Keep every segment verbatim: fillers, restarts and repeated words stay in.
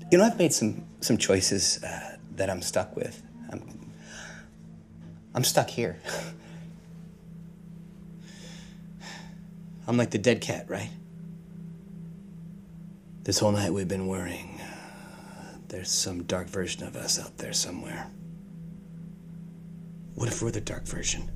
You know, I've made some some choices uh, that I'm stuck with. I'm, I'm stuck here. I'm like the dead cat, right? This whole night we've been worrying. There's some dark version of us out there somewhere. What if we're the dark version?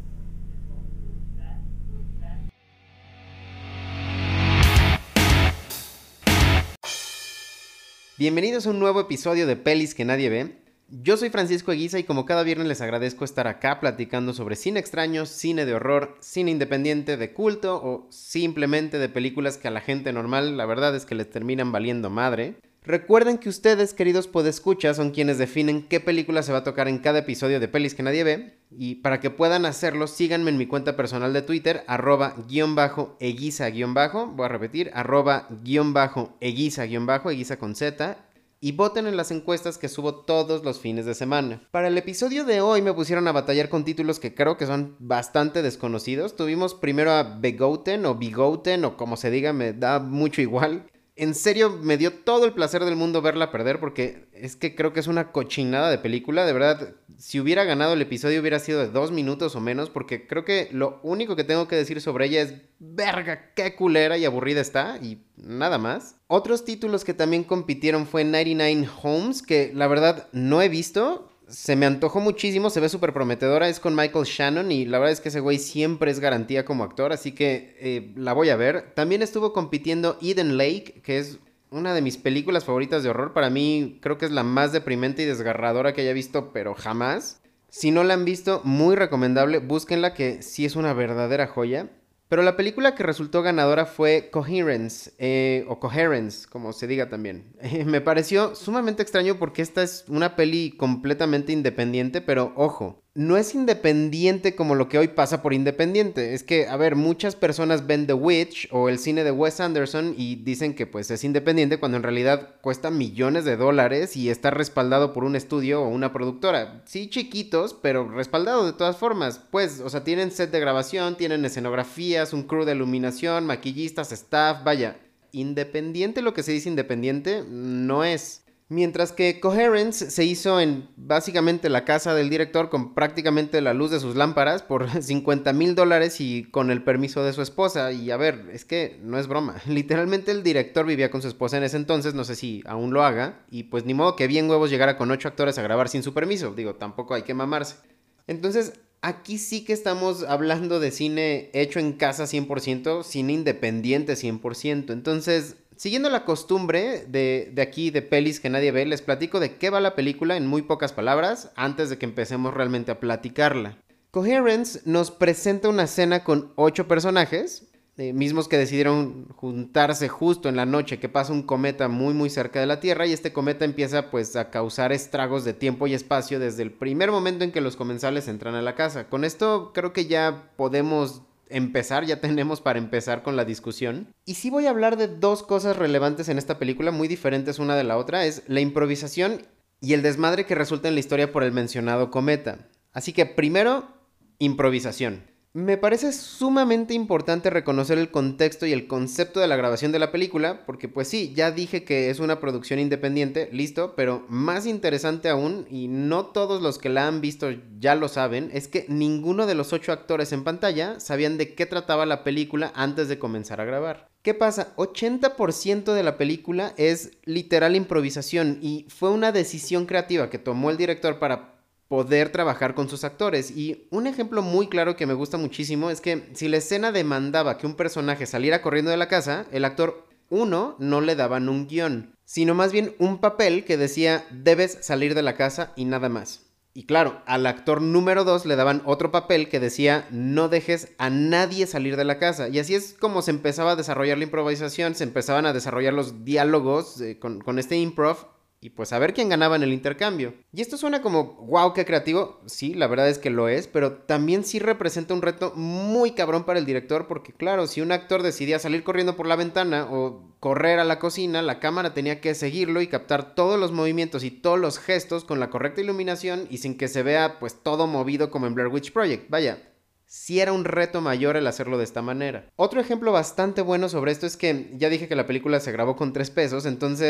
Bienvenidos a un nuevo episodio de Pelis que nadie ve. Yo soy Francisco Eguiza y como cada viernes les agradezco estar acá platicando sobre cine extraño, cine de horror, cine independiente, de culto o simplemente de películas que a la gente normal la verdad es que les terminan valiendo madre. Recuerden que ustedes, queridos podescuchas, son quienes definen qué película se va a tocar en cada episodio de Pelis que nadie ve, y para que puedan hacerlo, síganme en mi cuenta personal de Twitter, arroba guión bajo eguiza guión bajo, voy a repetir, arroba guión bajo eguiza guión bajo, eguiza con Z, y voten en las encuestas que subo todos los fines de semana. Para el episodio de hoy me pusieron a batallar con títulos que creo que son bastante desconocidos. Tuvimos primero a Begoten o Bigoten o como se diga, me da mucho igual. En serio, me dio todo el placer del mundo verla perder porque es que creo que es una cochinada de película. De verdad, si hubiera ganado el episodio hubiera sido de dos minutos o menos porque creo que lo único que tengo que decir sobre ella es verga, qué culera y aburrida está y nada más. Otros títulos que también compitieron fue noventa y nueve Homes, que la verdad no he visto. Se me antojó muchísimo, se ve súper prometedora, es con Michael Shannon y la verdad es que ese güey siempre es garantía como actor, así que eh, la voy a ver. También estuvo compitiendo Eden Lake, que es una de mis películas favoritas de horror. Para mí creo que es la más deprimente y desgarradora que haya visto, pero jamás. Si no la han visto, muy recomendable, búsquenla que sí es una verdadera joya. Pero la película que resultó ganadora fue Coherence, eh, o Coherence, como se diga también. Eh, me pareció sumamente extraño porque esta es una peli completamente independiente, pero ojo, no es independiente como lo que hoy pasa por independiente. Es que, a ver, muchas personas ven The Witch o el cine de Wes Anderson y dicen que pues es independiente cuando en realidad cuesta millones de dólares y está respaldado por un estudio o una productora. Sí, chiquitos, pero respaldado de todas formas. Pues, o sea, tienen set de grabación, tienen escenografías, un crew de iluminación, maquillistas, staff, vaya. Independiente, lo que se dice independiente, no es. Mientras que Coherence se hizo en básicamente la casa del director con prácticamente la luz de sus lámparas por cincuenta mil dólares y con el permiso de su esposa. Y a ver, es que no es broma. Literalmente el director vivía con su esposa en ese entonces, no sé si aún lo haga. Y pues ni modo que bien huevos llegara con ocho actores a grabar sin su permiso. Digo, tampoco hay que mamarse. Entonces, aquí sí que estamos hablando de cine hecho en casa cien por ciento, cine independiente cien por ciento. Entonces, siguiendo la costumbre de, de aquí de Pelis que nadie ve, les platico de qué va la película en muy pocas palabras antes de que empecemos realmente a platicarla. Coherence nos presenta una escena con ocho personajes, eh, mismos que decidieron juntarse justo en la noche que pasa un cometa muy muy cerca de la Tierra y este cometa empieza pues a causar estragos de tiempo y espacio desde el primer momento en que los comensales entran a la casa. Con esto creo que ya podemos empezar, ya tenemos para empezar con la discusión. Y sí voy a hablar de dos cosas relevantes en esta película, muy diferentes una de la otra, es la improvisación y el desmadre que resulta en la historia por el mencionado cometa. Así que primero, improvisación. Me parece sumamente importante reconocer el contexto y el concepto de la grabación de la película, porque pues sí, ya dije que es una producción independiente, listo, pero más interesante aún, y no todos los que la han visto ya lo saben, es que ninguno de los ocho actores en pantalla sabían de qué trataba la película antes de comenzar a grabar. ¿Qué pasa? ochenta por ciento de la película es literal improvisación y fue una decisión creativa que tomó el director para poder trabajar con sus actores. Y un ejemplo muy claro que me gusta muchísimo es que si la escena demandaba que un personaje saliera corriendo de la casa, el actor uno no le daban un guión, sino más bien un papel que decía debes salir de la casa y nada más. Y claro, al actor número dos le daban otro papel que decía no dejes a nadie salir de la casa. Y así es como se empezaba a desarrollar la improvisación, se empezaban a desarrollar los diálogos eh, con, con este improv. Y pues a ver quién ganaba en el intercambio. Y esto suena como, wow, qué creativo. Sí, la verdad es que lo es, pero también sí representa un reto muy cabrón para el director, porque claro, si un actor decidía salir corriendo por la ventana o correr a la cocina, la cámara tenía que seguirlo y captar todos los movimientos y todos los gestos con la correcta iluminación y sin que se vea pues todo movido como en Blair Witch Project. Vaya, sí era un reto mayor el hacerlo de esta manera. Otro ejemplo bastante bueno sobre esto es que ya dije que la película se grabó con tres pesos, entonces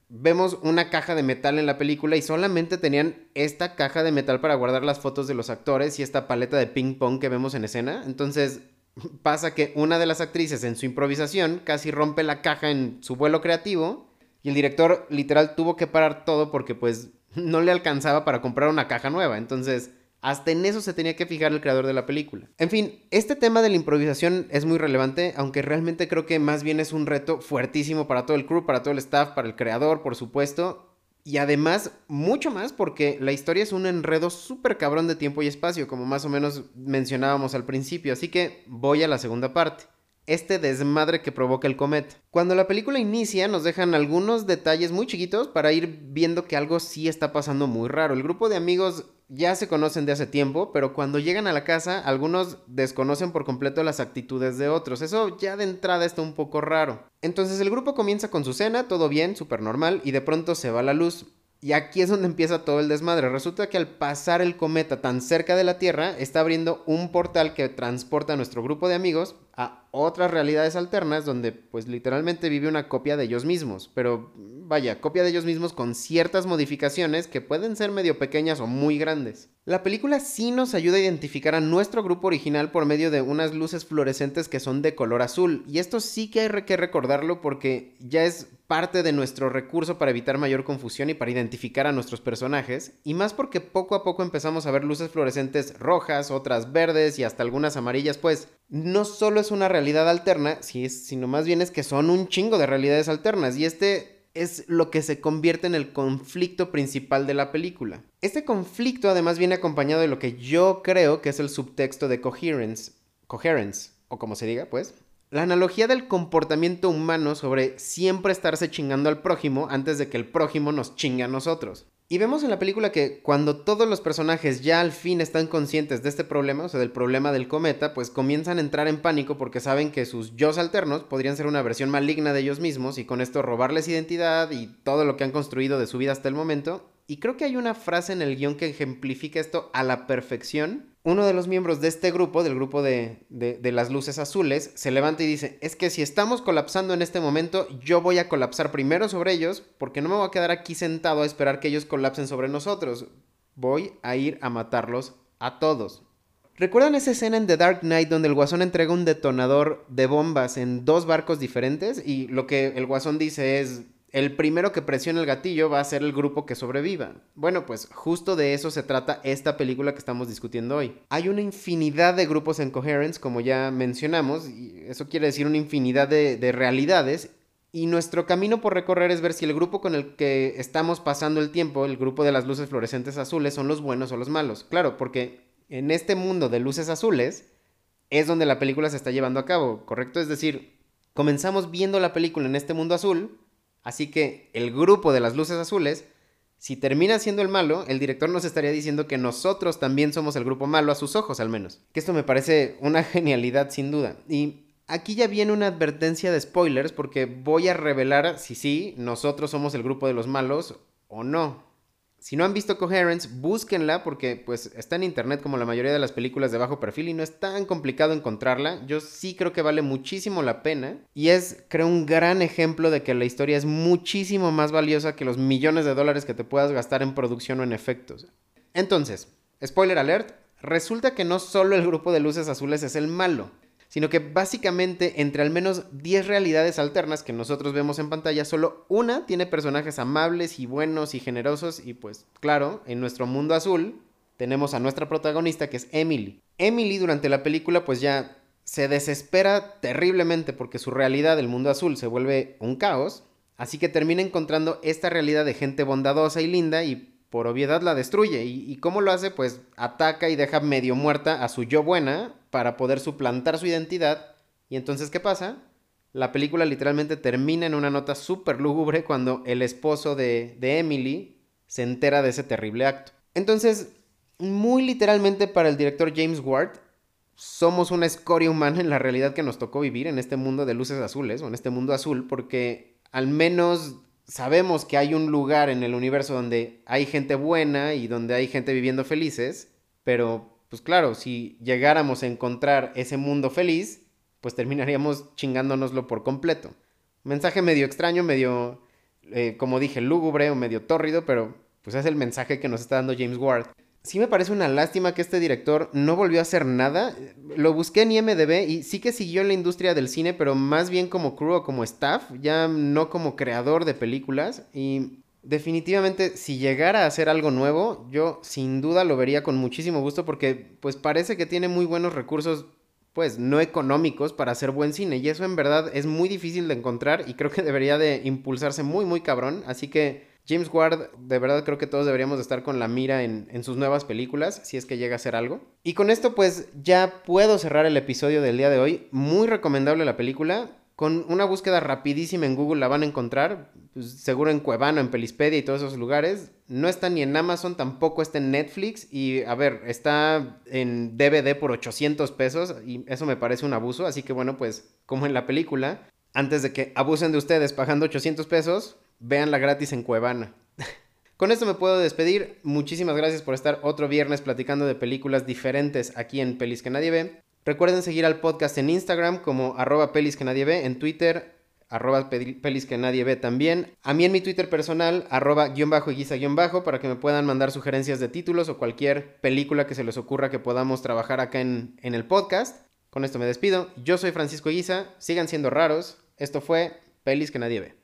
vemos una caja de metal en la película y solamente tenían esta caja de metal para guardar las fotos de los actores y esta paleta de ping pong que vemos en escena. Entonces pasa que una de las actrices en su improvisación casi rompe la caja en su vuelo creativo y el director literal tuvo que parar todo porque pues no le alcanzaba para comprar una caja nueva. Entonces hasta en eso se tenía que fijar el creador de la película. En fin, este tema de la improvisación es muy relevante, aunque realmente creo que más bien es un reto fuertísimo para todo el crew, para todo el staff, para el creador, por supuesto. Y además, mucho más porque la historia es un enredo súper cabrón de tiempo y espacio, como más o menos mencionábamos al principio. Así que voy a la segunda parte. Este desmadre que provoca el cometa. Cuando la película inicia nos dejan algunos detalles muy chiquitos para ir viendo que algo sí está pasando muy raro. El grupo de amigos ya se conocen de hace tiempo, pero cuando llegan a la casa algunos desconocen por completo las actitudes de otros. Eso ya de entrada está un poco raro. Entonces el grupo comienza con su cena, todo bien, súper normal, y de pronto se va la luz. Y aquí es donde empieza todo el desmadre. Resulta que al pasar el cometa tan cerca de la Tierra, está abriendo un portal que transporta a nuestro grupo de amigos a otras realidades alternas donde pues literalmente vive una copia de ellos mismos. Pero vaya, copia de ellos mismos con ciertas modificaciones que pueden ser medio pequeñas o muy grandes. La película sí nos ayuda a identificar a nuestro grupo original por medio de unas luces fluorescentes que son de color azul. Y esto sí que hay que recordarlo porque ya es parte de nuestro recurso para evitar mayor confusión y para identificar a nuestros personajes, y más porque poco a poco empezamos a ver luces fluorescentes rojas, otras verdes y hasta algunas amarillas. Pues no solo es una realidad alterna, sino más bien es que son un chingo de realidades alternas, y este es lo que se convierte en el conflicto principal de la película. Este conflicto además viene acompañado de lo que yo creo que es el subtexto de coherence, coherence, o como se diga, pues. La analogía del comportamiento humano sobre siempre estarse chingando al prójimo antes de que el prójimo nos chingue a nosotros. Y vemos en la película que cuando todos los personajes ya al fin están conscientes de este problema, o sea, del problema del cometa, pues comienzan a entrar en pánico porque saben que sus yos alternos podrían ser una versión maligna de ellos mismos y con esto robarles identidad y todo lo que han construido de su vida hasta el momento. Y creo que hay una frase en el guión que ejemplifica esto a la perfección. Uno de los miembros de este grupo, del grupo de, de, de las luces azules, se levanta y dice: es que si estamos colapsando en este momento, yo voy a colapsar primero sobre ellos, porque no me voy a quedar aquí sentado a esperar que ellos colapsen sobre nosotros. Voy a ir a matarlos a todos. ¿Recuerdan esa escena en The Dark Knight donde el Guasón entrega un detonador de bombas en dos barcos diferentes? Y lo que el Guasón dice es: el primero que presione el gatillo va a ser el grupo que sobreviva. Bueno, pues justo de eso se trata esta película que estamos discutiendo hoy. Hay una infinidad de grupos en Coherence, como ya mencionamos, y eso quiere decir una infinidad de, de realidades, y nuestro camino por recorrer es ver si el grupo con el que estamos pasando el tiempo, el grupo de las luces fluorescentes azules, son los buenos o los malos. Claro, porque en este mundo de luces azules es donde la película se está llevando a cabo, ¿correcto? Es decir, comenzamos viendo la película en este mundo azul. Así que el grupo de las luces azules, si termina siendo el malo, el director nos estaría diciendo que nosotros también somos el grupo malo, a sus ojos al menos. Que esto me parece una genialidad sin duda. Y aquí ya viene una advertencia de spoilers porque voy a revelar si sí, nosotros somos el grupo de los malos o no. Si no han visto Coherence, búsquenla porque pues está en internet como la mayoría de las películas de bajo perfil y no es tan complicado encontrarla. Yo sí creo que vale muchísimo la pena y es, creo, un gran ejemplo de que la historia es muchísimo más valiosa que los millones de dólares que te puedas gastar en producción o en efectos. Entonces, spoiler alert, resulta que no solo el grupo de luces azules es el malo, sino que básicamente entre al menos diez realidades alternas que nosotros vemos en pantalla, solo una tiene personajes amables y buenos y generosos. Y pues claro, en nuestro mundo azul tenemos a nuestra protagonista, que es Emily. Emily durante la película pues ya se desespera terriblemente porque su realidad, el mundo azul, se vuelve un caos, así que termina encontrando esta realidad de gente bondadosa y linda y por obviedad la destruye. ¿Y, y cómo lo hace? Pues ataca y deja medio muerta a su yo buena para poder suplantar su identidad. Y entonces, ¿qué pasa? La película literalmente termina en una nota súper lúgubre cuando el esposo de, de Emily se entera de ese terrible acto. Entonces, muy literalmente para el director James Ward, somos una escoria humana en la realidad que nos tocó vivir en este mundo de luces azules, o en este mundo azul, porque al menos sabemos que hay un lugar en el universo donde hay gente buena y donde hay gente viviendo felices, pero pues claro, si llegáramos a encontrar ese mundo feliz, pues terminaríamos chingándonoslo por completo. Mensaje medio extraño, medio eh, como dije, lúgubre o medio tórrido, pero pues es el mensaje que nos está dando James Ward. Sí me parece una lástima que este director no volvió a hacer nada. Lo busqué en I M D B y sí que siguió en la industria del cine, pero más bien como crew o como staff, ya no como creador de películas. Y definitivamente si llegara a hacer algo nuevo, yo sin duda lo vería con muchísimo gusto porque pues parece que tiene muy buenos recursos, pues no económicos para hacer buen cine. Y eso en verdad es muy difícil de encontrar y creo que debería de impulsarse muy muy cabrón. Así que James Ward, de verdad creo que todos deberíamos de estar con la mira en, en sus nuevas películas, si es que llega a hacer algo. Y con esto pues ya puedo cerrar el episodio del día de hoy. Muy recomendable la película. Con una búsqueda rapidísima en Google la van a encontrar. Pues, seguro en Cuevana, en Pelispedia y todos esos lugares. No está ni en Amazon, tampoco está en Netflix. Y a ver, está en D V D por ochocientos pesos. Y eso me parece un abuso. Así que bueno, pues como en la película, antes de que abusen de ustedes pagando ochocientos pesos... véanla gratis en Cuevana. Con esto me puedo despedir. Muchísimas gracias por estar otro viernes platicando de películas diferentes aquí en Pelis que Nadie Ve. Recuerden seguir al podcast en Instagram como arroba pelis que nadie ve, en Twitter arroba pelis que nadie ve también. A mí en mi Twitter personal arroba guión bajo y guisa guión bajo para que me puedan mandar sugerencias de títulos o cualquier película que se les ocurra que podamos trabajar acá en, en el podcast. Con esto me despido. Yo soy Francisco Guisa. Sigan siendo raros. Esto fue Pelis que Nadie Ve.